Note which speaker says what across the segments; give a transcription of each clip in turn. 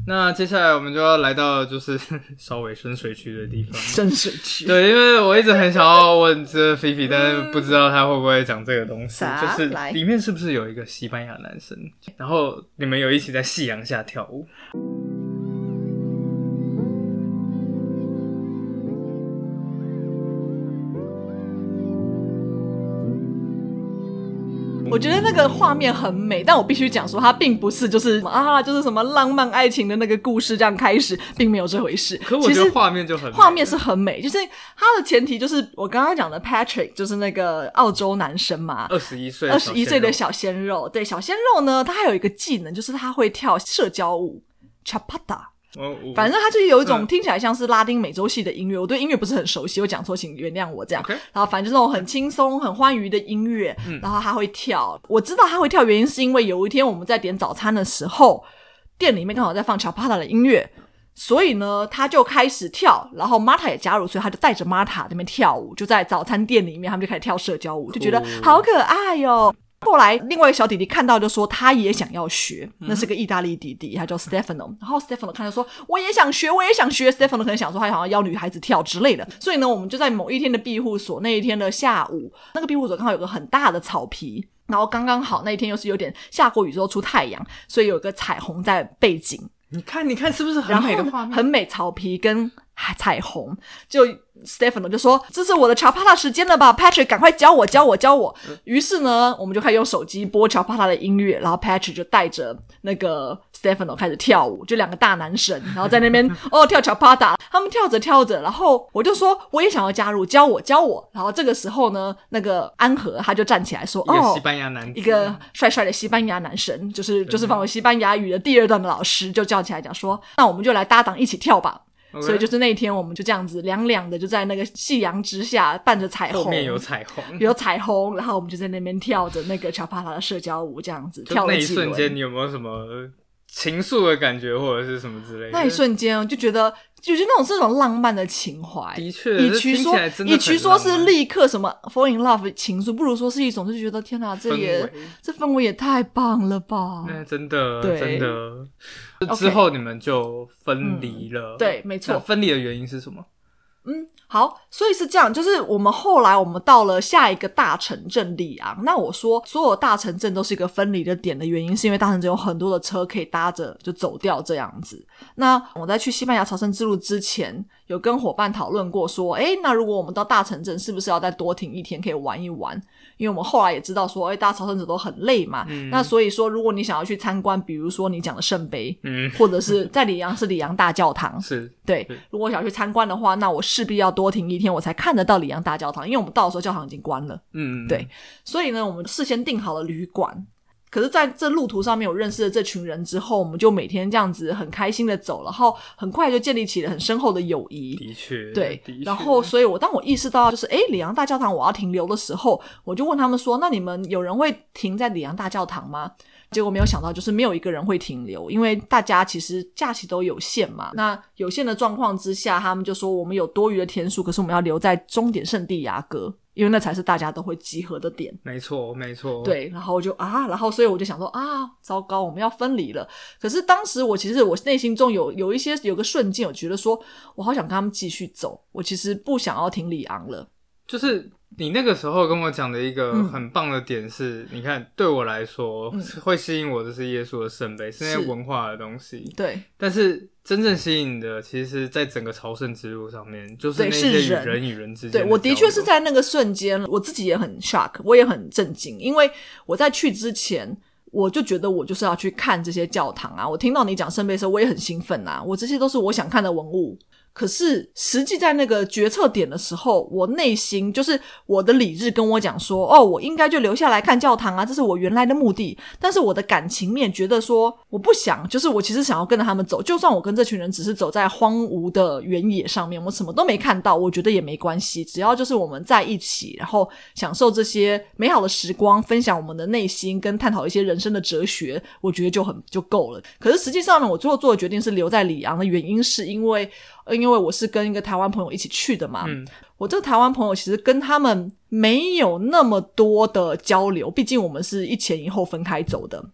Speaker 1: 那接下来我们就要来到就是稍微深水区的地方。
Speaker 2: 深水区。
Speaker 1: 对，因为我一直很想要问这菲菲，但是不知道他会不会讲这个东西，就是里面是不是有一个西班牙男生，然后你们有一起在夕阳下跳舞。
Speaker 2: 我觉得那个画面很美，但我必须讲说它并不是就是什么浪漫爱情的那个故事这样开始，并没有这回事。
Speaker 1: 可我觉得画面就很美，
Speaker 2: 画面是很美，就是它的前提就是我刚刚讲的 Patrick 就是那个澳洲男生嘛
Speaker 1: ，21岁
Speaker 2: 的小鲜肉。对，小鲜肉呢他还有一个技能，就是他会跳社交舞 Chapata。反正它就有一种听起来像是拉丁美洲系的音乐，我对音乐不是很熟悉，我讲错请原谅我这样。然后反正就是那种很轻松很欢愉的音乐，然后他会跳。我知道他会跳原因是因为有一天我们在点早餐的时候，店里面刚好在放 Chapata 的音乐，所以呢他就开始跳，然后 Marta 也加入，所以他就带着 Marta 那边跳舞，就在早餐店里面他们就开始跳社交舞，就觉得好可爱哦。后来另外一个小弟弟看到就说他也想要学，那是个意大利弟弟，他叫 Stefano， 然后 Stefano 看到说我也想学 Stefano 可能想说他想要邀女孩子跳之类的，所以呢我们就在某一天的庇护所，那一天的下午，那个庇护所刚好有个很大的草皮，然后刚刚好那一天又是有点下过雨之后出太阳，所以有个彩虹在背景，
Speaker 1: 你看是不是很美的画面？
Speaker 2: 很美，草皮跟彩虹。就 Stefano 就说这是我的 Chapata 时间了吧 Patrick 赶快教我。于是呢我们就开始用手机播 Chapata 的音乐，然后 Patrick 就带着那个 Stefano 开始跳舞，就两个大男神，然后在那边跳 Chapata， 他们跳着，然后我就说我也想要加入，教我。然后这个时候呢那个安和他就站起来说
Speaker 1: 一个西班牙男子，
Speaker 2: 一个帅帅的西班牙男神，就是放我西班牙语的第2段的老师就叫起来讲说那我们就来搭档一起跳吧。所以就是那一天我们就这样子凉凉的就在那个夕阳之下伴着彩虹，
Speaker 1: 后面有彩虹，
Speaker 2: 然后我们就在那边跳着那个 Chapata 的社交舞，这样子跳了几轮。
Speaker 1: 那一瞬间你有没有什么情愫的感觉或者是什么之类的？
Speaker 2: 那一瞬间就觉得那种是种浪漫的情怀。
Speaker 1: 的确，
Speaker 2: 与其说是立刻什么 fall in love 情愫，不如说是一种就觉得天哪，这氛围也太棒了吧。
Speaker 1: 真的真的。之后你们就分离了。
Speaker 2: 对，没错。
Speaker 1: 分离的原因是什么？
Speaker 2: 好，所以是这样，就是后来我们到了下一个大城镇里昂。那我说所有大城镇都是一个分离的点的原因是因为大城镇有很多的车可以搭着就走掉这样子。那我在去西班牙朝圣之路之前有跟伙伴讨论过说那如果我们到大城镇是不是要再多停一天可以玩一玩，因为我们后来也知道说大朝圣者都很累嘛，那所以说如果你想要去参观比如说你讲的圣杯，或者是在里昂是里昂大教堂，
Speaker 1: 是
Speaker 2: 对，如果想要去参观的话，那我势必要多停一天我才看得到里昂大教堂，因为我们到的时候教堂已经关了。对，所以呢我们事先订好了旅馆。可是在这路途上面我认识了这群人之后，我们就每天这样子很开心的走，然后很快就建立起了很深厚的友谊。
Speaker 1: 的确，
Speaker 2: 对，然后所以当我意识到就是里昂大教堂我要停留的时候，我就问他们说那你们有人会停在里昂大教堂吗？结果没有想到就是没有一个人会停留，因为大家其实假期都有限嘛，那有限的状况之下他们就说我们有多余的天数，可是我们要留在终点圣地亚哥，因为那才是大家都会集合的点。
Speaker 1: 没错没错。
Speaker 2: 对，然后然后所以我就想说糟糕我们要分离了。可是当时我内心中有个瞬间我觉得说我好想跟他们继续走，我其实不想要停里昂了。
Speaker 1: 就是你那个时候跟我讲的一个很棒的点是，你看对我来说会吸引我的是耶稣的圣杯，是那些文化的东西。对，但是真正吸引的其实在整个朝圣之路上面就是那些人与人之间的交流。
Speaker 2: 对，我的确是在那个瞬间我自己也很 shock， 我也很震惊，因为我在去之前我就觉得我就是要去看这些教堂啊，我听到你讲圣杯的时候我也很兴奋啊，我这些都是我想看的文物。可是实际在那个决策点的时候，我内心就是我的理智跟我讲说我应该就留下来看教堂啊，这是我原来的目的。但是我的感情面觉得说我不想，就是我其实想要跟着他们走，就算我跟这群人只是走在荒芜的原野上面，我什么都没看到，我觉得也没关系，只要就是我们在一起，然后享受这些美好的时光，分享我们的内心跟探讨一些人生的哲学，我觉得就够了。可是实际上呢，我最后做的决定是留在里昂的原因是因为我是跟一个台湾朋友一起去的嘛，我这个台湾朋友其实跟他们没有那么多的交流，毕竟我们是一前一后分开走的。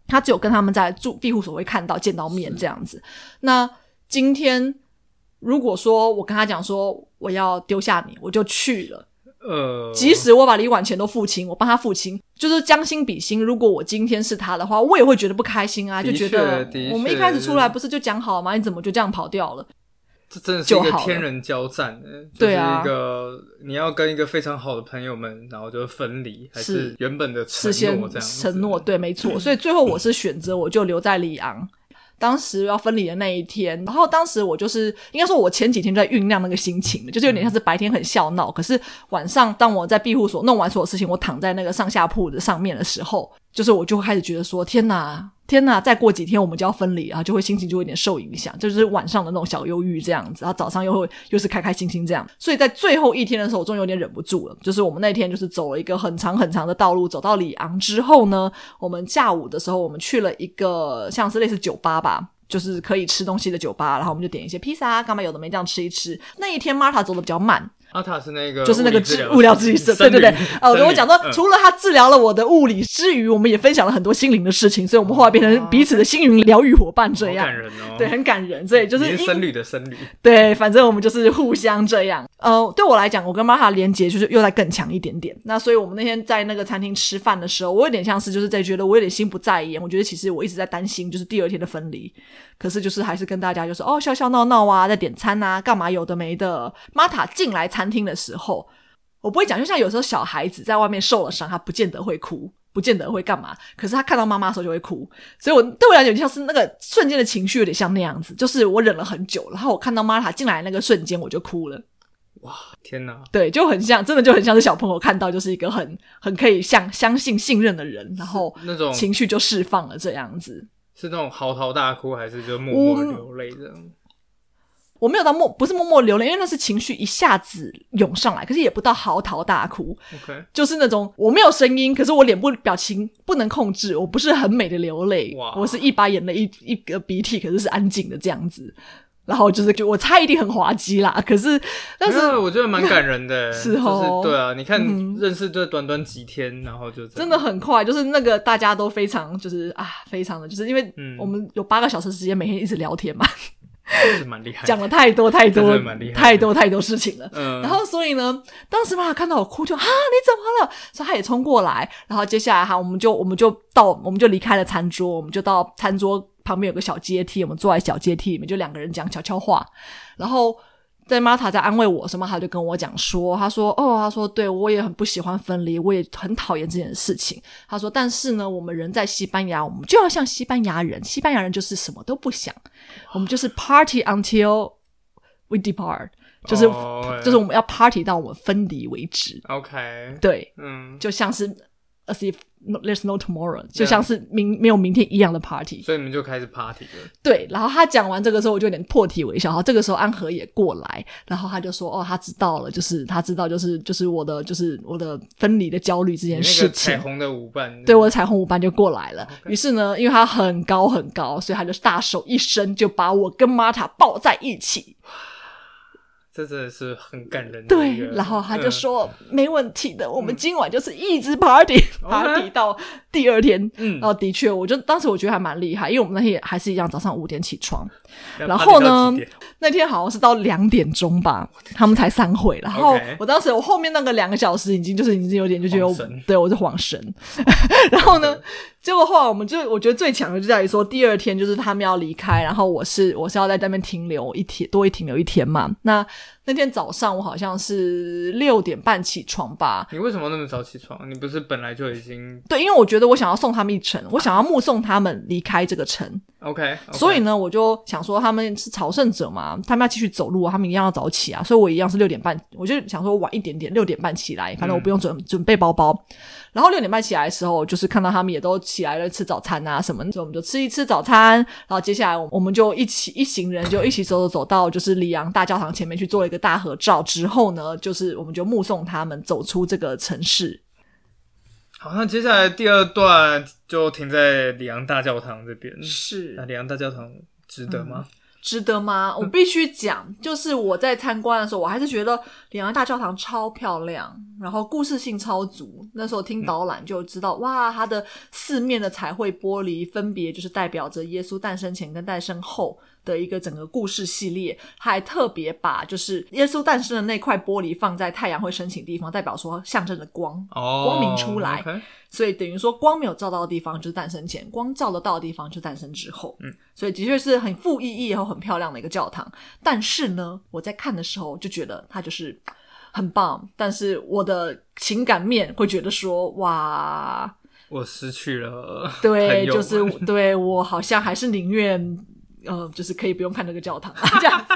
Speaker 2: 他只有跟他们在庇护所会见到面这样子。那今天如果说我跟他讲说我要丢下你，我就去了，即使我把李婉钱都付清，我帮他付清，就是将心比心，如果我今天是他的话，我也会觉得不开心啊，就觉得我们一开始出来不是就讲好吗？你怎么就这样跑掉了？
Speaker 1: 这真的是一个天人交战就是一个你要跟一个非常好的朋友们然后就分离，还是原本的承诺这样子？承诺，
Speaker 2: 对，没错。所以最后我是选择我就留在里昂。当时要分离的那一天，然后当时我就是应该说我前几天就在酝酿那个心情，就是有点像是白天很笑闹，可是晚上当我在庇护所弄完所有事情，我躺在那个上下铺的上面的时候，就是我就开始觉得说天哪，再过几天我们就要分离，然后就会心情就会有点受影响，就是晚上的那种小忧郁这样子，然后早上又是开开心心这样。所以在最后一天的时候我终于有点忍不住了，就是我们那天就是走了一个很长很长的道路，走到里昂之后呢，我们下午的时候我们去了一个像是类似酒吧吧，就是可以吃东西的酒吧，然后我们就点一些披萨干嘛有的没这样吃一吃。那一天 Marta 走的比较慢，
Speaker 1: 阿塔是那个
Speaker 2: 就是那个物理治疗师，对对对。我讲说除了他治疗了我的物理之余，我们也分享了很多心灵的事情，所以我们后来变成彼此的心灵疗愈伙伴这样。
Speaker 1: 好感人哦。
Speaker 2: 对，很感人。所以就是
Speaker 1: 你是僧侣的僧侣。
Speaker 2: 对，反正我们就是互相这样。对我来讲，我跟 Marta 连结就是又再更强一点点。那所以我们那天在那个餐厅吃饭的时候，我有点像是就是在觉得我有点心不在焉，我觉得其实我一直在担心就是第二天的分离，可是就是还是跟大家就是笑笑闹闹啊，在点餐啊干嘛有的没的。Marta 进来餐厅的时候，我不会讲，就像有时候小孩子在外面受了伤，他不见得会哭，不见得会干嘛，可是他看到妈妈的时候就会哭。所以对我来讲就像是那个瞬间的情绪有点像那样子，就是我忍了很久，然后我看到 Marta 进来那个瞬间我就哭了。
Speaker 1: 哇，天哪！
Speaker 2: 对，就很像，真的就很像是小朋友看到就是一个很可以相信信任的人，然后那种情绪就释放了这样子。
Speaker 1: 是那种嚎啕大哭，还是就默默流泪这样？
Speaker 2: 我没有到不是默默流泪，因为那是情绪一下子涌上来，可是也不到嚎啕大哭。
Speaker 1: Okay.
Speaker 2: 就是那种我没有声音，可是我脸部表情不能控制，我不是很美的流泪，我是一把眼泪一个鼻涕，可是是安静的这样子。然后就是我猜一定很滑稽啦，但是
Speaker 1: 我觉得蛮感人的
Speaker 2: 是哦，
Speaker 1: 就是对啊，你看认识这短短几天，然后就
Speaker 2: 真的很快，就是那个大家都非常就是非常的，就是因为我们有8个小时时间每天一直聊天嘛，
Speaker 1: 是蛮厉害的，
Speaker 2: 讲了太多事情了。然后所以呢，当时妈妈看到我哭就你怎么了？所以她也冲过来，然后接下来我们就离开了餐桌，我们就到餐桌旁边有个小阶梯，我们坐在小阶梯里面，就2个人讲悄悄话。然后在 Marta 在安慰我的时候，Marta 就跟我讲说，他说对，我也很不喜欢分离，我也很讨厌这件事情。他说但是呢，我们人在西班牙，我们就要像西班牙人就是什么都不想，我们就是 party until we depart， 就是我们要 party 到我们分离为止。
Speaker 1: OK，
Speaker 2: 对，就像是 as if there's no tomorrow， 就像是没有明天一样的 party，
Speaker 1: 所以你们就开始 party 了。
Speaker 2: 对，然后他讲完这个时候我就有点破涕为笑，然后这个时候安和也过来，然后他就说他知道了，就是他知道就是我的分离的焦虑这件事情。
Speaker 1: 那个彩虹的舞伴，
Speaker 2: 对，我的彩虹舞伴就过来了。于是呢，因为他很高很高，所以他就大手一伸就把我跟 Marta 抱在一起。
Speaker 1: 这真的是很感人的。
Speaker 2: 对，然后他就说没问题的，我们今晚就是一直 party 到第二天。然后的确当时我觉得还蛮厉害，因为我们那天也还是一样早上5点起床，然后呢那天好像是到2点钟吧他们才散会。然后我当时我后面那个2个小时已经有点就觉得对，我是晃神然后呢结果后来我觉得最强的就在于说第二天就是他们要离开，然后我是要在那边停留一天，多停留一天嘛。那天早上我好像是6点半起床吧。
Speaker 1: 你为什么那么早起床？你不是本来就已经……
Speaker 2: 对，因为我觉得我想要送他们一程，我想要目送他们离开这个城。
Speaker 1: OK，
Speaker 2: 所以呢我就想说他们是朝圣者嘛，他们要继续走路，他们一样要早起啊，所以我一样是6点半，我就想说晚一点点，6点半起来，反正我不用准备包包。然后6点半起来的时候，就是看到他们也都起来了吃早餐啊什么，所以我们就吃一吃早餐，然后接下来我们就一行人就一起走到就是里昂大教堂前面去做了一个大合照，之后呢就是我们就目送他们走出这个城市。
Speaker 1: 好，那接下来第2段就停在里昂大教堂这边。
Speaker 2: 是，
Speaker 1: 那里昂大教堂值得吗？
Speaker 2: 值得吗？我必须讲，就是我在参观的时候，我还是觉得里昂大教堂超漂亮，然后故事性超足。那时候听导览就知道，哇，它的四面的彩绘玻璃分别就是代表着耶稣诞生前跟诞生后的一个整个故事系列，还特别把就是耶稣诞生的那块玻璃放在太阳会升起的地方，代表说象征着光，光明出来。
Speaker 1: okay.
Speaker 2: 所以等于说光没有照到的地方就是诞生前，光照得到的地方就是诞生之后。所以的确是很富意义然后很漂亮的一个教堂。但是呢，我在看的时候就觉得它就是很棒，但是我的情感面会觉得说，哇，
Speaker 1: 我失去了
Speaker 2: 对，就是对我好像还是宁愿就是可以不用看那个教堂这样子。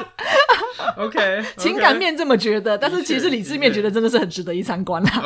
Speaker 1: OK
Speaker 2: 情感面这么觉得，但是其实理智面觉得真的是很值得一参观啦。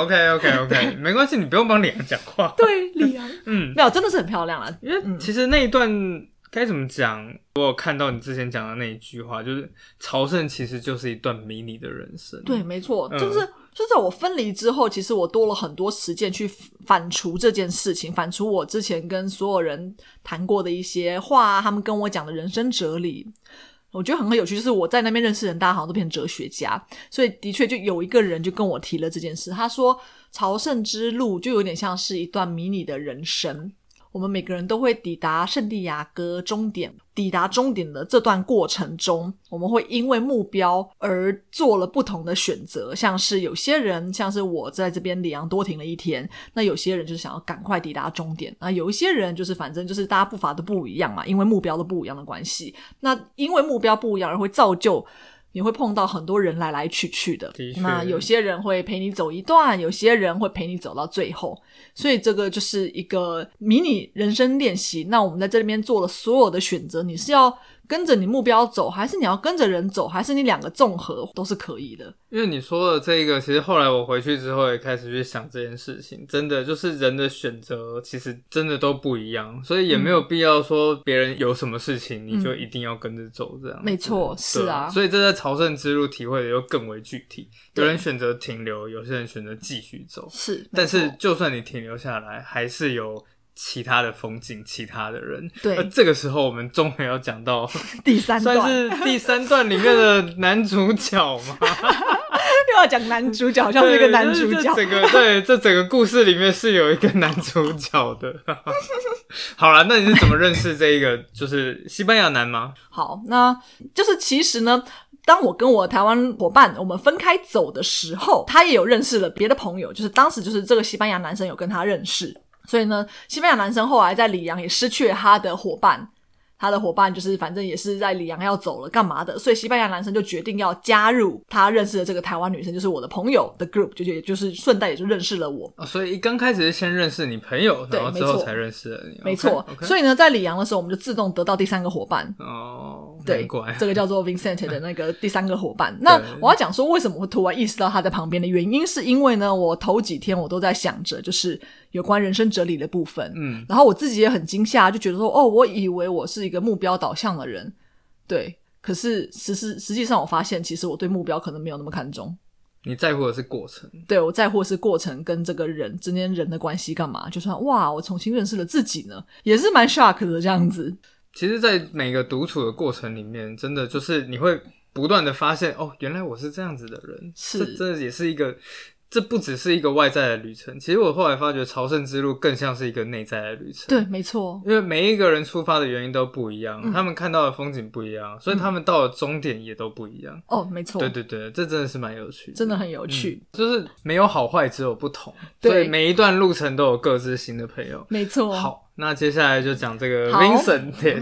Speaker 1: OK 没关系，你不用帮李阳讲话。
Speaker 2: 对，李阳没有，真的是很漂亮啦。
Speaker 1: 因为其实那一段该怎么讲，我有看到你之前讲的那一句话，就是朝圣其实就是一段迷你的人生。
Speaker 2: 对，没错，就是在我分离之后，其实我多了很多时间去反刍这件事情，反刍我之前跟所有人谈过的一些话，他们跟我讲的人生哲理。我觉得很有趣，就是我在那边认识的人，大家好像都变成哲学家，所以的确就有一个人就跟我提了这件事，他说朝圣之路就有点像是一段迷你的人生，我们每个人都会抵达圣地亚哥终点，抵达终点的这段过程中，我们会因为目标而做了不同的选择，像是有些人像是我在这边里昂多停了一天，那有些人就是想要赶快抵达终点，那有一些人就是反正就是大家步伐都不一样嘛，因为目标都不一样的关系，那因为目标不一样而会造就你会碰到很多人来来去去的，那有些人会陪你走一段，有些人会陪你走到最后，所以这个就是一个迷你人生练习。那我们在这边做了所有的选择，你是要跟着你目标走，还是你要跟着人走，还是你两个综合都是可以的。
Speaker 1: 因为你说的这个，其实后来我回去之后也开始去想这件事情，真的就是人的选择其实真的都不一样，所以也没有必要说别人有什么事情你就一定要跟着走这样。
Speaker 2: 没错，是啊，
Speaker 1: 所以这在朝圣之路体会的又更为具体，有人选择停留，有些人选择继续走，
Speaker 2: 是，
Speaker 1: 但是就算你停留下来，还是有其他的风景，其他的人。
Speaker 2: 对，
Speaker 1: 这个时候我们终于要讲到
Speaker 2: 第三段，
Speaker 1: 算是第三段里面的男主角嘛。
Speaker 2: 又要讲男主角，好像是一个男主角。
Speaker 1: 这整个故事里面是有一个男主角的。好啦，那你是怎么认识这一个就是西班牙男吗？
Speaker 2: 好，那就是其实呢，当我跟我台湾伙伴我们分开走的时候，他也有认识了别的朋友，就是当时就是这个西班牙男生有跟他认识，所以呢，西班牙男生后来在里昂也失去了他的伙伴，他的伙伴就是反正也是在里昂要走了干嘛的，所以西班牙男生就决定要加入他认识的这个台湾女生，就是我的朋友的 group， 就是顺带也就认识了我。
Speaker 1: 所以刚开始是先认识你朋友，然后之后才认识了你。
Speaker 2: 没错， okay. 所以呢，在里昂的时候我们就自动得到第三个伙伴。对，这个叫做 Vincent 的那个第三个伙伴。那我要讲说为什么会突然意识到他在旁边的原因，是因为呢，我头几天我都在想着就是有关人生哲理的部分，然后我自己也很惊吓，就觉得说我以为我是一个目标导向的人，对，可是实际上我发现其实我对目标可能没有那么看重。
Speaker 1: 你在乎的是过程。
Speaker 2: 对，我在乎的是过程跟这个人之间人的关系干嘛，就算哇我重新认识了自己呢，也是蛮 shock 的这样子。
Speaker 1: 其实在每个独处的过程里面，真的就是你会不断的发现原来我是这样子的人，是这也是一个，这不只是一个外在的旅程，其实我后来发觉朝圣之路更像是一个内在的旅程。
Speaker 2: 对，没错，
Speaker 1: 因为每一个人出发的原因都不一样，他们看到的风景不一样，所以他们到了终点也都不一样。
Speaker 2: 没错，
Speaker 1: 对，这真的是蛮有趣的，
Speaker 2: 真的很有趣，
Speaker 1: 就是没有好坏，只有不同，所以每一段路程都有各自新的朋友。
Speaker 2: 没错。
Speaker 1: 好，那接下来就讲这个 Vincent。 对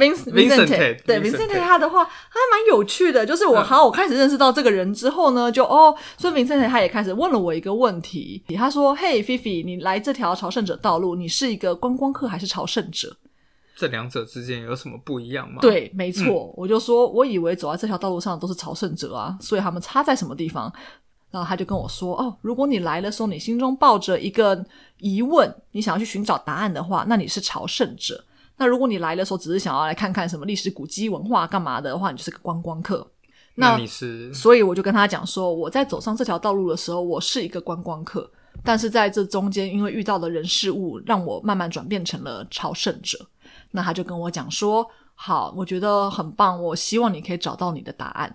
Speaker 2: Vincent 他的话他还蛮有趣的，就是我开始认识到这个人之后呢，就所以 Vincent 他也开始问了我一个问题，他说嘿 Fifi 你来这条朝圣者道路，你是一个观光客还是朝圣者？
Speaker 1: 这两者之间有什么不一样吗？
Speaker 2: 对，没错，我就说我以为走在这条道路上都是朝圣者啊，所以他们差在什么地方？然后他就跟我说如果你来的时候你心中抱着一个疑问，你想要去寻找答案的话，那你是朝圣者。那如果你来的时候只是想要来看看什么历史古迹文化干嘛的话，你就是个观光客。
Speaker 1: 那你是？所
Speaker 2: 以我就跟他讲说，我在走上这条道路的时候我是一个观光客，但是在这中间因为遇到的人事物让我慢慢转变成了朝圣者。那他就跟我讲说， 好，我觉得很棒，我希望你可以找到你的答案。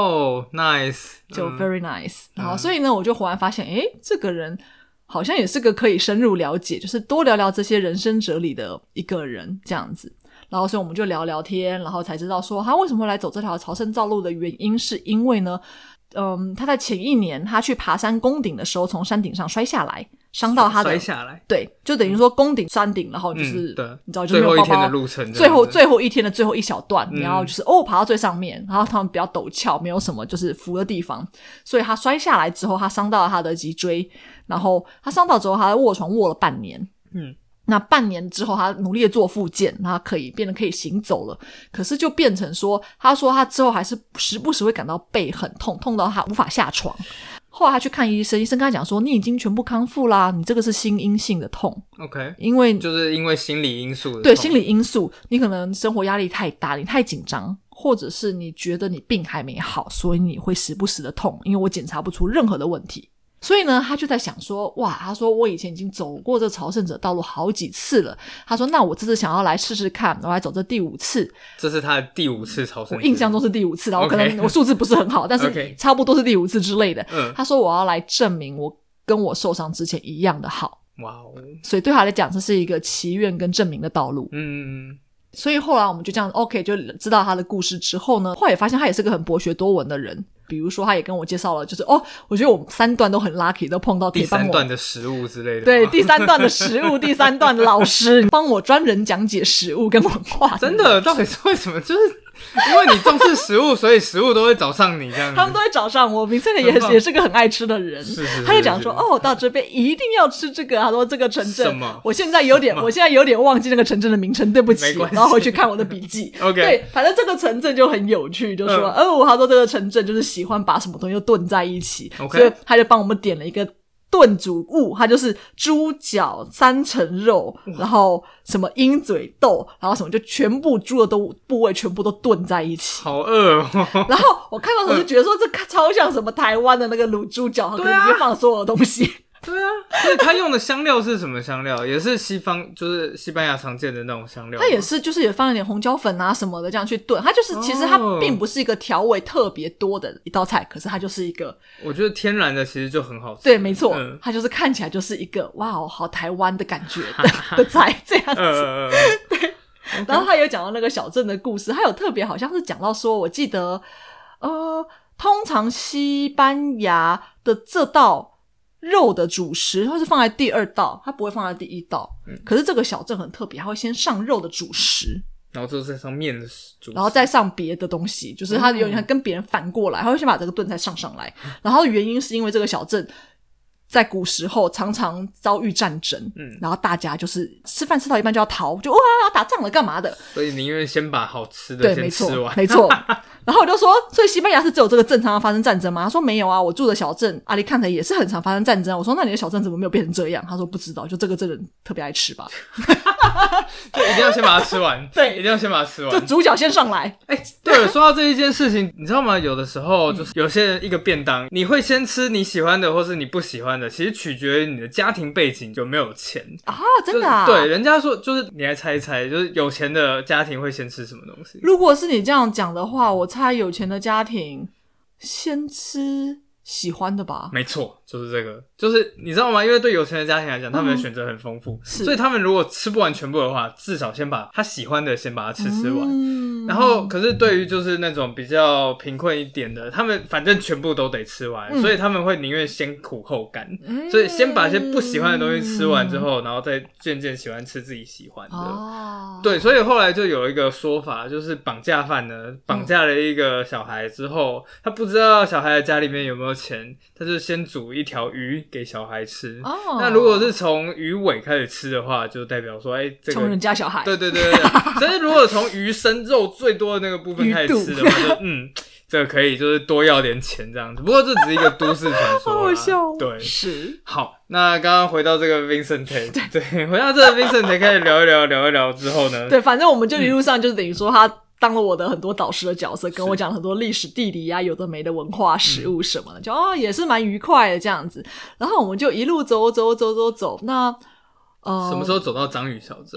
Speaker 1: nice，
Speaker 2: 就 very nice。然后所以呢，我就忽然发现，这个人好像也是个可以深入了解，就是多聊聊这些人生哲理的一个人这样子。然后所以我们就聊聊天，然后才知道说他为什么会来走这条朝圣造路的原因，是因为呢他在前一年他去爬山攻顶的时候从山顶上摔下来，伤到他的
Speaker 1: 摔下来，
Speaker 2: 对，就等于说攻顶山顶，然后就是
Speaker 1: 对，
Speaker 2: 你知道就没有包包
Speaker 1: 最后一天的路程，
Speaker 2: 最后一天的最后一小段，你要就是爬到最上面，然后他们比较陡峭，没有什么就是扶的地方，所以他摔下来之后他伤到了他的脊椎，然后他伤到之后他在卧床卧了半年，那半年之后他努力的做复健，他变得可以行走了，可是就变成说他说他之后还是时不时会感到背很痛，痛到他无法下床。后来他去看医生，医生跟他讲说你已经全部康复啦，你这个是心因性的痛。
Speaker 1: OK，
Speaker 2: 就是
Speaker 1: 因为心理因素的痛，
Speaker 2: 对，心理因素，你可能生活压力太大，你太紧张，或者是你觉得你病还没好，所以你会时不时的痛，因为我检查不出任何的问题。所以呢他就在想说哇，他说我以前已经走过这朝圣者道路好几次了，他说那我这次想要来试试看，我来走这第5次，
Speaker 1: 这是他的第5次朝圣者，
Speaker 2: 我印象中是第5次啦，我可能我数字不是很好但是差不多是第5次之类的。他说我要来证明我跟我受伤之前一样的好。哇哦！所以对他来讲这是一个祈愿跟证明的道路。所以后来我们就这样 OK 就知道他的故事之后呢，后来也发现他也是个很博学多闻的人，比如说他也跟我介绍了就是我觉得我们3段都很 lucky 都碰到可以帮我
Speaker 1: 第3段的食物之类的，
Speaker 2: 对，第3段的食物第3段的老师帮我专人讲解食物跟文化。
Speaker 1: 真的到底是为什么，就是因为你重视食物所以食物都会找上你这样子。
Speaker 2: 他们都会找上我，明森也是个很爱吃的人，是他就讲说到这边一定要吃这个，他说这个城镇我现在有点忘记那个城镇的名称，对不起，然后回去看我的笔记OK， 对，反正这个城镇就很有趣，就说他说这个城镇就是喜欢把什么东西都炖在一起，okay， 所以他就帮我们点了一个炖煮物，它就是猪脚3层肉，然后什么鹰嘴豆，然后什么就全部猪的部位全部都炖在一起，
Speaker 1: 好饿哦。
Speaker 2: 然后我看到的时候就觉得说这超像什么台湾的那个卤猪脚，它可能里面放所有的东西。
Speaker 1: 对啊，所以他用的香料是什么香料？也是西方，就是西班牙常见的那种香料。
Speaker 2: 他也是，就是也放一点红椒粉啊什么的这样去炖。他就是其实它并不是一个调味特别多的一道菜，可是它就是一个，
Speaker 1: 我觉得天然的其实就很好吃。
Speaker 2: 对，没错，它就是看起来就是一个哇好台湾的感觉的菜这样子。对，然后他有讲到那个小镇的故事，他有特别好像是讲到说，我记得通常西班牙的这道肉的主食会是放在第2道，它不会放在第1道。可是这个小镇很特别，它会先上肉的主食，
Speaker 1: 然后之后再上面的主食，
Speaker 2: 然后再上别的东西，就是它有点跟别人反过来，它会先把这个炖菜上来。然后原因是因为这个小镇在古时候常常遭遇战争，然后大家就是吃饭吃到一半就要逃，就哇要打仗了干嘛的，
Speaker 1: 所以宁愿先把好吃的先吃完。
Speaker 2: 没错然后我就说所以西班牙是只有这个镇常常发生战争吗？他说没有啊，我住的小镇阿里坎特也是很常发生战争。我说那你的小镇怎么没有变成这样？他说不知道，就这个镇人特别爱吃吧
Speaker 1: 就一定要先把它吃完
Speaker 2: 对，
Speaker 1: 一定要先把它吃完，
Speaker 2: 就主角先上来。
Speaker 1: 对了，说到这一件事情你知道吗，有的时候就是有些人一个便当你会先吃你喜欢的或是你不喜欢的，其实取决于你的家庭背景有没有钱
Speaker 2: 啊。真的啊？
Speaker 1: 对，人家说就是你来猜一猜，就是有钱的家庭会先吃什么东西。
Speaker 2: 如果是你这样讲的话，我猜有钱的家庭先吃喜欢的吧。
Speaker 1: 没错，就是这个，就是你知道吗，因为对有钱的家庭来讲他们的选择很丰富，所以他们如果吃不完全部的话，至少先把他喜欢的先把它吃完，然后可是对于就是那种比较贫困一点的，他们反正全部都得吃完，所以他们会宁愿先苦后甘，所以先把一些不喜欢的东西吃完之后，然后再渐渐喜欢吃自己喜欢的。对，所以后来就有一个说法，就是绑架犯呢绑架了一个小孩之后，他不知道小孩的家里面有没有钱，他就先煮一条鱼给小孩吃。那如果是从鱼尾开始吃的话，就代表说这个
Speaker 2: 穷人家小孩。
Speaker 1: 对但是如果从鱼身肉最多的那个部分开始吃的话，就这个可以就是多要点钱这样子。不过这只是一个都市传说啦。好
Speaker 2: 笑。
Speaker 1: 对，
Speaker 2: 是。
Speaker 1: 好，那刚刚回到这个 Vincent Tay， 对，回到这个 Vincent Tay 开始聊一聊之后呢，
Speaker 2: 对，反正我们就一路上就是等于说他当了我的很多导师的角色，跟我讲很多历史地理啊有的没的文化食物什么的，就也是蛮愉快的这样子。然后我们就一路走，那
Speaker 1: 什么时候走到章鱼小镇？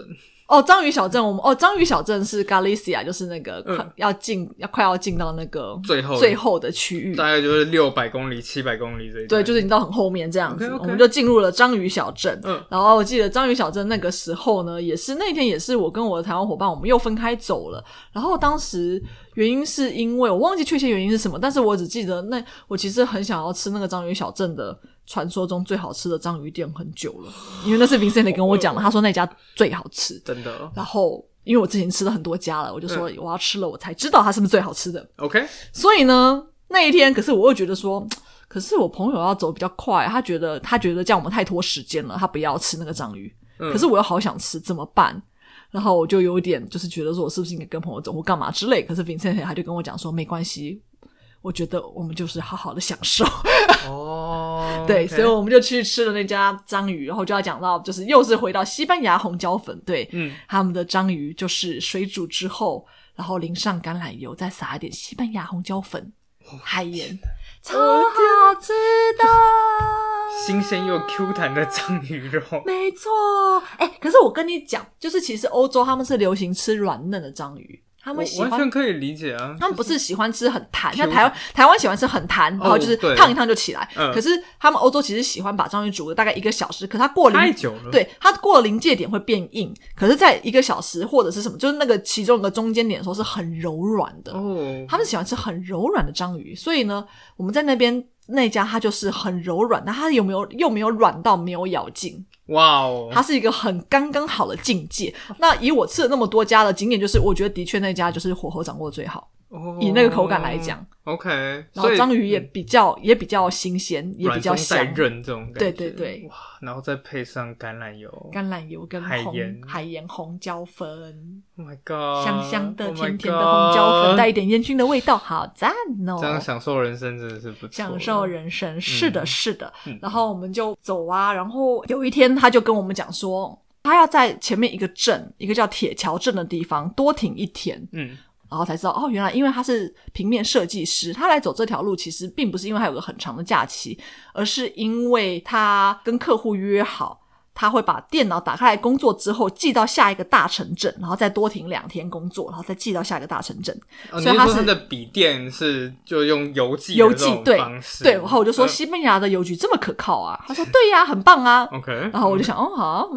Speaker 2: 章鱼小镇章鱼小镇是 Galicia， 就是那个快要进到那个最后的区域，
Speaker 1: 大概就是600公里700公里这一段，
Speaker 2: 对，就是已经到很后面这样子。
Speaker 1: Okay.
Speaker 2: 我们就进入了章鱼小镇。然后我记得章鱼小镇那个时候呢，那天也是我跟我的台湾伙伴我们又分开走了。然后当时原因是因为我忘记确切原因是什么，但是我只记得我其实很想要吃那个章鱼小镇的传说中最好吃的章鱼店很久了，因为那是 Vincent 跟我讲的，他说那家最好吃，
Speaker 1: 真的。
Speaker 2: 然后因为我之前吃了很多家了，我就说我要吃了我才知道它是不是最好吃的。
Speaker 1: OK，
Speaker 2: 所以呢那一天，可是我又觉得说，可是我朋友要走比较快，他觉得这样我们太拖时间了，他不要吃那个章鱼。可是我又好想吃，怎么办？然后我就有点就是觉得说我是不是应该跟朋友走或干嘛之类。可是 Vincent 他就跟我讲说没关系，我觉得我们就是好好的享受。对，所以我们就去吃了那家章鱼，然后就要讲到就是又是回到西班牙红椒粉。对，他们的章鱼就是水煮之后，然后淋上橄榄油，再撒一点西班牙红椒粉，海盐，超好吃的，
Speaker 1: 新鲜又 Q 弹的章鱼肉。
Speaker 2: 没错。可是我跟你讲，就是其实欧洲他们是流行吃软嫩的章鱼，他们喜欢，
Speaker 1: 我完全可以理解啊。
Speaker 2: 他们不是喜欢吃很弹，像台湾喜欢吃很弹，然后就是烫一烫就起来。可是他们欧洲其实喜欢把章鱼煮了大概1个小时，可是它过
Speaker 1: 太久了，
Speaker 2: 对，它过了临界点会变硬，可是在1个小时或者是什么，就是那个其中一个中间点的时候是很柔软的。他们喜欢吃很柔软的章鱼，所以呢，我们在那家它就是很柔软，但它又没有软到没有咬劲。
Speaker 1: 哇哦，
Speaker 2: 它是一个很刚刚好的境界。那以我吃了那么多家的经验，就是我觉得的确那家就是火候掌握最好。以那个口感来讲
Speaker 1: ，OK，
Speaker 2: 然后章鱼也比较新鲜，也比较香，
Speaker 1: 软中带韧这种感觉。
Speaker 2: 对对。
Speaker 1: 哇，然后再配上橄榄油
Speaker 2: 跟海盐红椒粉
Speaker 1: ，Oh my god，
Speaker 2: 香香的甜甜的红椒粉，带一点烟熏的味道，好赞哦！
Speaker 1: 这样享受人生真的是不错。
Speaker 2: 享受人生，是的，是的。然后我们就走啊，然后有一天他就跟我们讲说，他要在前面一个镇，一个叫铁桥镇的地方多停1天。然后才知道原来因为他是平面设计师，他来走这条路其实并不是因为他有个很长的假期，而是因为他跟客户约好，他会把电脑打开来工作之后寄到下一个大城镇，然后再多停2天工作，然后再寄到下一个大城镇。
Speaker 1: 所以他的笔电是就用邮寄的这种方式。
Speaker 2: 对，然后我就说西班牙的邮局这么可靠啊，他说对呀，很棒啊。
Speaker 1: OK，
Speaker 2: 然后我就想好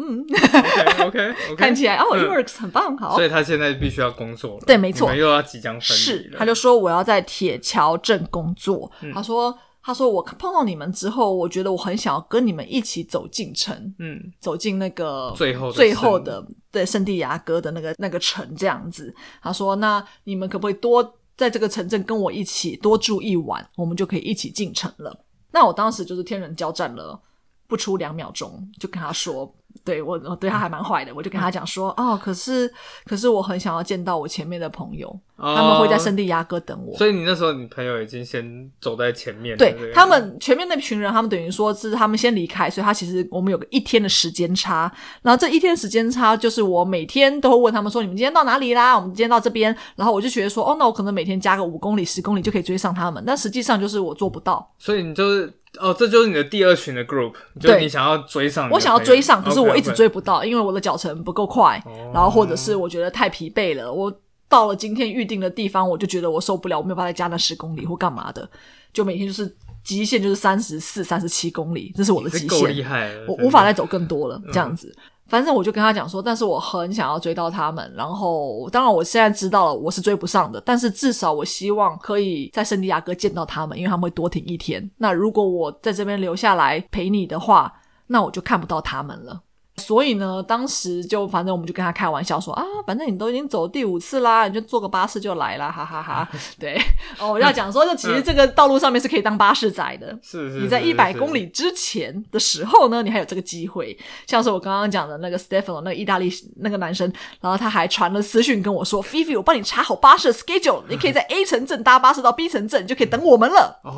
Speaker 1: OK，
Speaker 2: 看起来it works， 很棒，好。
Speaker 1: 所以他现在必须要工作了。
Speaker 2: 对，没错，
Speaker 1: 你们又要即将分离了。
Speaker 2: 是，他就说我要在铁桥镇工作。他说我碰到你们之后，我觉得我很想要跟你们一起走进城，走进那个最后的对圣地亚哥的那个城这样子。他说那你们可不可以多在这个城镇跟我一起多住1晚，我们就可以一起进城了。那我当时就是天人交战了不出2秒钟，就跟他说，对我对他还蛮坏的，我就跟他讲说可是我很想要见到我前面的朋友，他们会在圣地亚哥等我。
Speaker 1: 所以你那时候你朋友已经先走在前面了。
Speaker 2: 对，他们前面那群人，他们等于说是他们先离开，所以他其实我们有个1天的时间差。然后这1天时间差就是我每天都会问他们说你们今天到哪里啦，我们今天到这边。然后我就觉得说那我可能每天加个5公里10公里就可以追上他们，但实际上就是我做不到。
Speaker 1: 所以你就是这就是你的第2群的 group， 就是你想要追上。
Speaker 2: 我想要追上，可是我一直追不到，因为我的脚程不够快，然后或者是我觉得太疲惫了，我到了今天预定的地方，我就觉得我受不了，我没有办法再加那10公里或干嘛的，就每天就是极限就是34、37公里，这是我的极限，
Speaker 1: 够厉害了，
Speaker 2: 我无法再走更多了，这样子。反正我就跟他讲说，但是我很想要追到他们，然后当然我现在知道了我是追不上的，但是至少我希望可以在圣地亚哥见到他们，因为他们会多停1天。那如果我在这边留下来陪你的话，那我就看不到他们了。所以呢，当时就反正我们就跟他开玩笑说反正你都已经走第5次啦，你就坐个巴士就来啦，哈哈哈。对，我要讲说，就其实这个道路上面是可以当巴士仔的。
Speaker 1: 是
Speaker 2: 你在100公里之前的时候呢，你还有这个机会。像是我刚刚讲的那个 Stefano 那个意大利那个男生，然后他还传了私讯跟我说 Fifi 我帮你查好巴士的 schedule， 你可以在 A 城镇搭巴士到 B 城镇，就可以等我们了。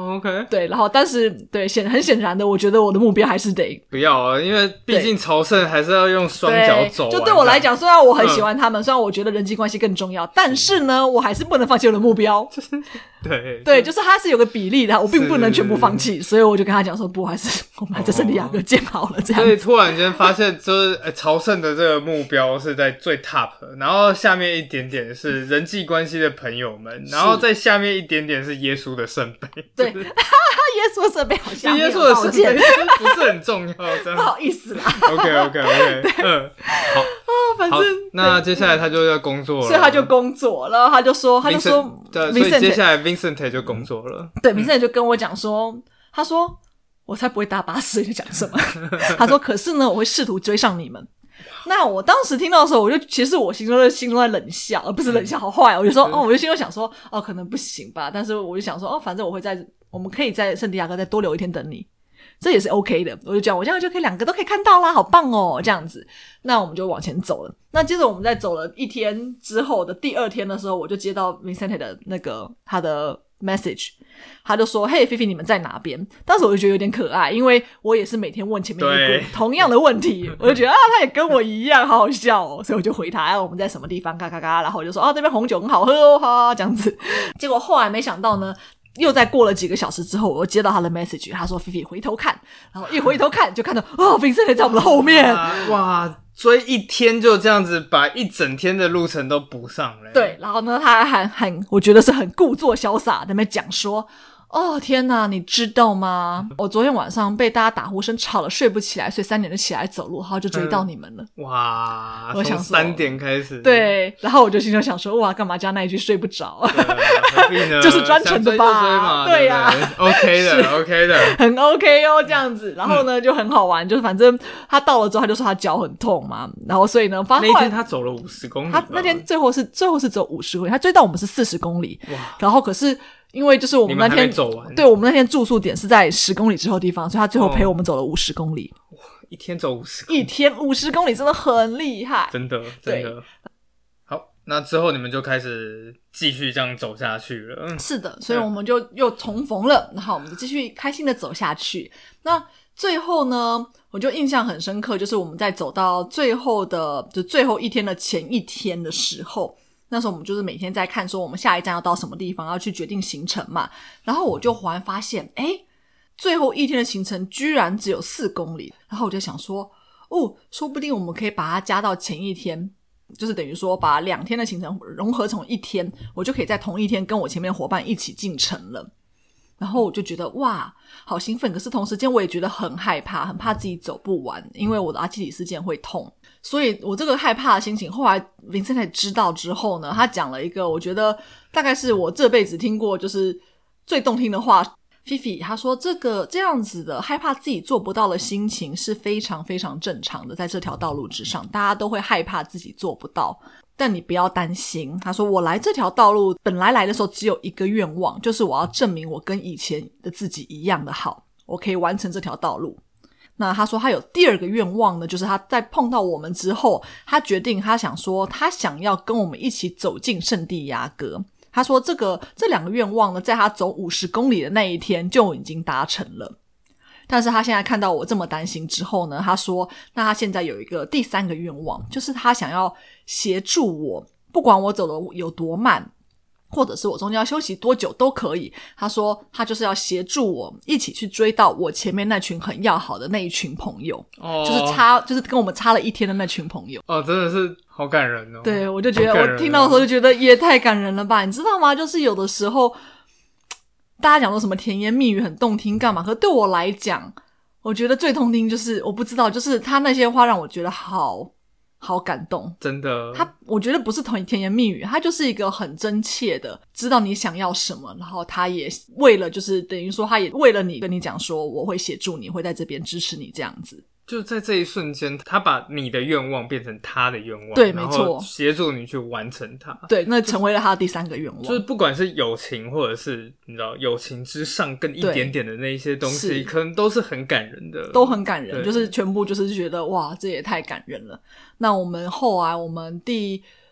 Speaker 1: OK，
Speaker 2: 对，然后但是对很显然的，我觉得我的目标还是得
Speaker 1: 不要啊，因为毕竟朝圣还是要用双脚走完。
Speaker 2: 就对我来讲，虽然我很喜欢他们，虽然我觉得人际关系更重要，但是呢，我还是不能放弃我的目标。对，就是它是有个比例的，我并不能全部放弃，所以我就跟他讲说，不，还是我们在圣地亚哥建好了这样。
Speaker 1: 所以突然间发现，就是朝圣的这个目标是在最 top， 然后下面一点点是人际关系的朋友们，然后在下面一点点是耶稣的圣杯。
Speaker 2: 对，耶稣的圣杯好像
Speaker 1: 耶稣的圣杯不是很重要，真的
Speaker 2: 不好意思啦。
Speaker 1: OK， 好。
Speaker 2: 反正
Speaker 1: 那接下来他就要工作了，
Speaker 2: 所以他就工作，然后他就说，
Speaker 1: 对，所以接下来 Vincent 就工作了。
Speaker 2: 对 ，Vincent 就跟我讲说，他说我才不会搭巴士，你讲什么？他说可是呢，我会试图追上你们。那我当时听到的时候，其实我心中在冷笑，而不是冷笑，好坏。我就说我就心中想说可能不行吧，但是我就想说反正我们可以在圣地亚哥再多留一天等你。这也是 OK 的，我就讲我这样就可以两个都可以看到啦，好棒哦，这样子。那我们就往前走了。那接着我们在走了一天之后的第二天的时候，我就接到 Vincent 的他的 message， 他就说嘿菲菲你们在哪边？当时我就觉得有点可爱，因为我也是每天问前面一个同样的问题，我就觉得他也跟我一样，好好笑哦，所以我就回他我们在什么地方咔咔咔，然后我就说这边红酒很好喝哦哈这样子。结果后来没想到呢，又再过了几个小时之后，我又接到他的 message， 他说菲菲回头看，然后一回头看就看到Vincent 在我们的后面，
Speaker 1: 哇，追一天就这样子把一整天的路程都补上了。
Speaker 2: 对，然后呢他还我觉得是很故作潇洒在那边讲说天哪，你知道吗？我昨天晚上被大家打呼声吵了，睡不起来，所以3点就起来走路，然后就追到你们了。
Speaker 1: 哇，我想从3点开始。
Speaker 2: 对，然后我就心中想说，哇，干嘛加那一句睡不着？
Speaker 1: 何必呢？
Speaker 2: 就是专程的吧？对呀
Speaker 1: ，OK 的，
Speaker 2: 很 OK 哦，这样子。然后呢，就很好玩，就是反正他到了之后，他就说他脚很痛嘛，然后所以呢，
Speaker 1: 那一天他走了50公里，
Speaker 2: 他那天最后是走50公里，他追到我们是40公里，然后可是。因为就是我们那天
Speaker 1: 走完，
Speaker 2: 对，我们那天住宿点是在10公里之后的地方，所以他最后陪我们走了50公里。
Speaker 1: 哇，一天走50公里，
Speaker 2: 一天50公里真的很厉害，
Speaker 1: 真的。好，那之后你们就开始继续这样走下去了。
Speaker 2: 是的，所以我们就又重逢了，然后我们就继续开心的走下去。那最后呢，我就印象很深刻，就是我们在走到最后一天的前一天的时候。那时候我们就是每天在看说我们下一站要到什么地方，要去决定行程嘛。然后我就忽然发现最后一天的行程居然只有4公里。然后我就想说说不定我们可以把它加到前一天，就是等于说把2天的行程融合成1天，我就可以在同一天跟我前面的伙伴一起进城了。然后我就觉得哇好兴奋，可是同时间我也觉得很害怕，很怕自己走不完，因为我的阿基里斯腱会痛。所以我这个害怕的心情，后来 Vincent 知道之后呢，他讲了一个我觉得大概是我这辈子听过就是最动听的话。菲菲他说这样子的害怕自己做不到的心情是非常非常正常的，在这条道路之上大家都会害怕自己做不到，但你不要担心。他说我来这条道路本来的时候只有一个愿望，就是我要证明我跟以前的自己一样的好，我可以完成这条道路。那他说他有第2个愿望呢，就是他在碰到我们之后，他决定他想说他想要跟我们一起走进圣地亚哥。他说这2个愿望呢，在他走50公里的那一天就已经达成了。但是他现在看到我这么担心之后呢，他说那他现在有一个第3个愿望，就是他想要协助我，不管我走的有多慢，或者是我中间要休息多久都可以。他说他就是要协助我一起去追到我前面那群很要好的那一群朋友，就是跟我们差了1天的那群朋友。
Speaker 1: 真的是好感人哦。
Speaker 2: 对，我就觉得我听到的时候就觉得也太感人了吧。你知道吗，就是有的时候大家讲说什么甜言蜜语很动听干嘛，可对我来讲我觉得最动听就是我不知道，就是他那些话让我觉得好感动，真的。我觉得不是甜言蜜语，他就是一个很真切的知道你想要什么，然后他也为了就是等于说他也为了你跟你讲说我会协助你，会在这边支持你这样子。就在这一瞬间，他把你的愿望变成他的愿望，对，没错，协助你去完成它。对，那成为了他的第3个愿望。就是不管是友情，或者是你知道友情之上更一点点的那一些东西，可能都是很感人的，都很感人。就是全部就是觉得哇，这也太感人了。那我们后来我们第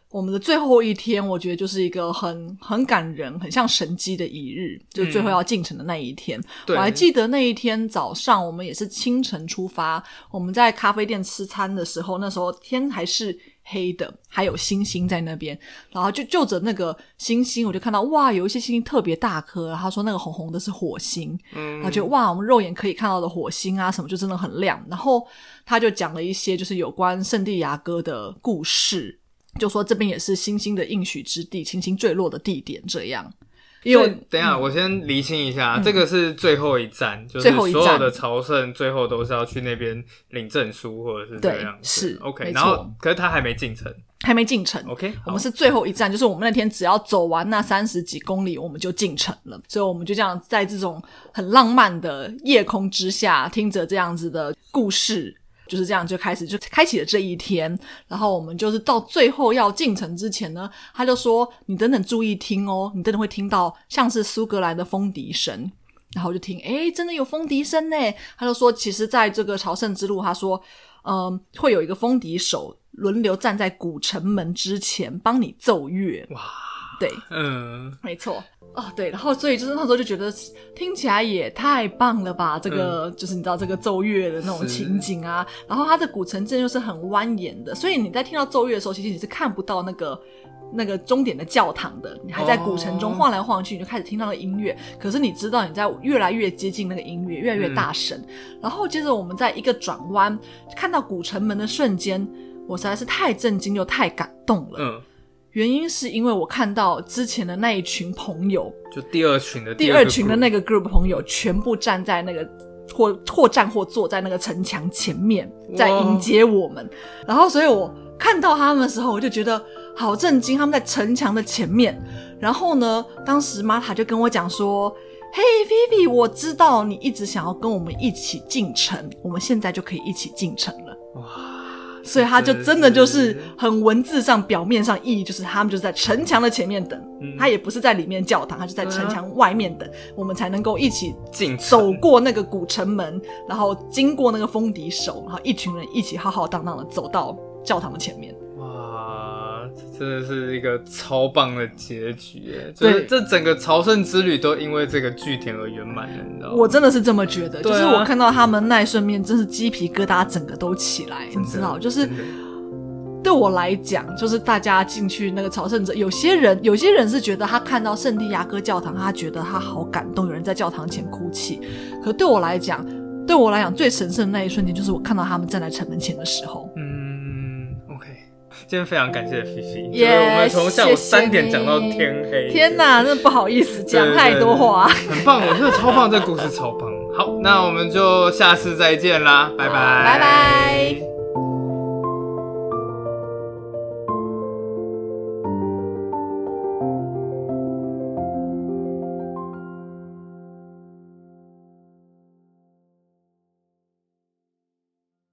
Speaker 2: 我们的最后一天我觉得就是一个很感人很像神迹的一日，就是最后要进城的那一天。我还记得那一天早上我们也是清晨出发，我们在咖啡店吃餐的时候，那时候天还是黑的，还有星星在那边，然后就着那个星星我就看到哇有一些星星特别大颗，他说那个红红的是火星，然后就哇我们肉眼可以看到的火星啊什么就真的很亮。然后他就讲了一些就是有关圣地亚哥的故事，就说这边也是星星的应许之地，星星坠落的地点这样。
Speaker 1: 因为等一下我先厘清一下，这个是最后一站，就是所有的朝圣最后都是要去那边领证书或者是这样子。
Speaker 2: 是
Speaker 1: OK， 然后可是他还没进城。OK，
Speaker 2: 我们是最后一站，就是我们那天只要走完那30几公里我们就进城了，所以我们就这样在这种很浪漫的夜空之下听着这样子的故事，就是这样就开启了这一天。然后我们就是到最后要进城之前呢，他就说你等等注意听哦，你等等会听到像是苏格兰的风笛声。然后我就听真的有风笛声耶。他就说其实在这个朝圣之路，他说会有一个风笛手轮流站在古城门之前帮你奏乐。哇，对，没错。对，然后所以就是那时候就觉得听起来也太棒了吧，这个就是你知道这个奏乐的那种情景啊，然后它的古城镇又是很蜿蜒的，所以你在听到奏乐的时候其实你是看不到那个终点的教堂的，你还在古城中晃来晃去，你就开始听到那个音乐，可是你知道你在越来越接近那个音乐，越来越大声。然后接着我们在一个转弯看到古城门的瞬间，我实在是太震惊又太感动了。原因是因为我看到之前的那一群朋友，就第二群的那个 group 朋友全部站在那个或站或坐在那个城墙前面在迎接我们。然后所以我看到他们的时候我就觉得好震惊，他们在城墙的前面。然后呢当时玛塔就跟我讲说嘿 Vivi 我知道你一直想要跟我们一起进城，我们现在就可以一起进城了。哇，所以他就真的就是很文字上表面上意义就是他们就是在城墙的前面等，他也不是在里面教堂，他就在城墙外面等，我们才能够一起走过那个古城门，然后经过那个风笛手，然后一群人一起浩浩荡荡的走到教堂的前面。
Speaker 1: 哇，这真的是一个超棒的结局耶！就是这整个朝圣之旅都因为这个句点而圆满了，你知道吗？
Speaker 2: 我真的是这么觉得，就是我看到他们那一瞬间真是鸡皮疙瘩整个都起来，你知道，就是对我来讲，就是大家进去那个朝圣者，有些人是觉得他看到圣地亚哥教堂他觉得他好感动，有人在教堂前哭泣，可对我来讲最神圣的那一瞬间就是我看到他们站在城门前的时候。
Speaker 1: 今天非常感谢菲菲，我们从下午3点讲到天黑。
Speaker 2: 天哪，真的不好意思讲太多话。
Speaker 1: 很棒，我觉得超棒，这个故事超棒。好，那我们就下次再见啦，拜拜，
Speaker 2: 拜拜。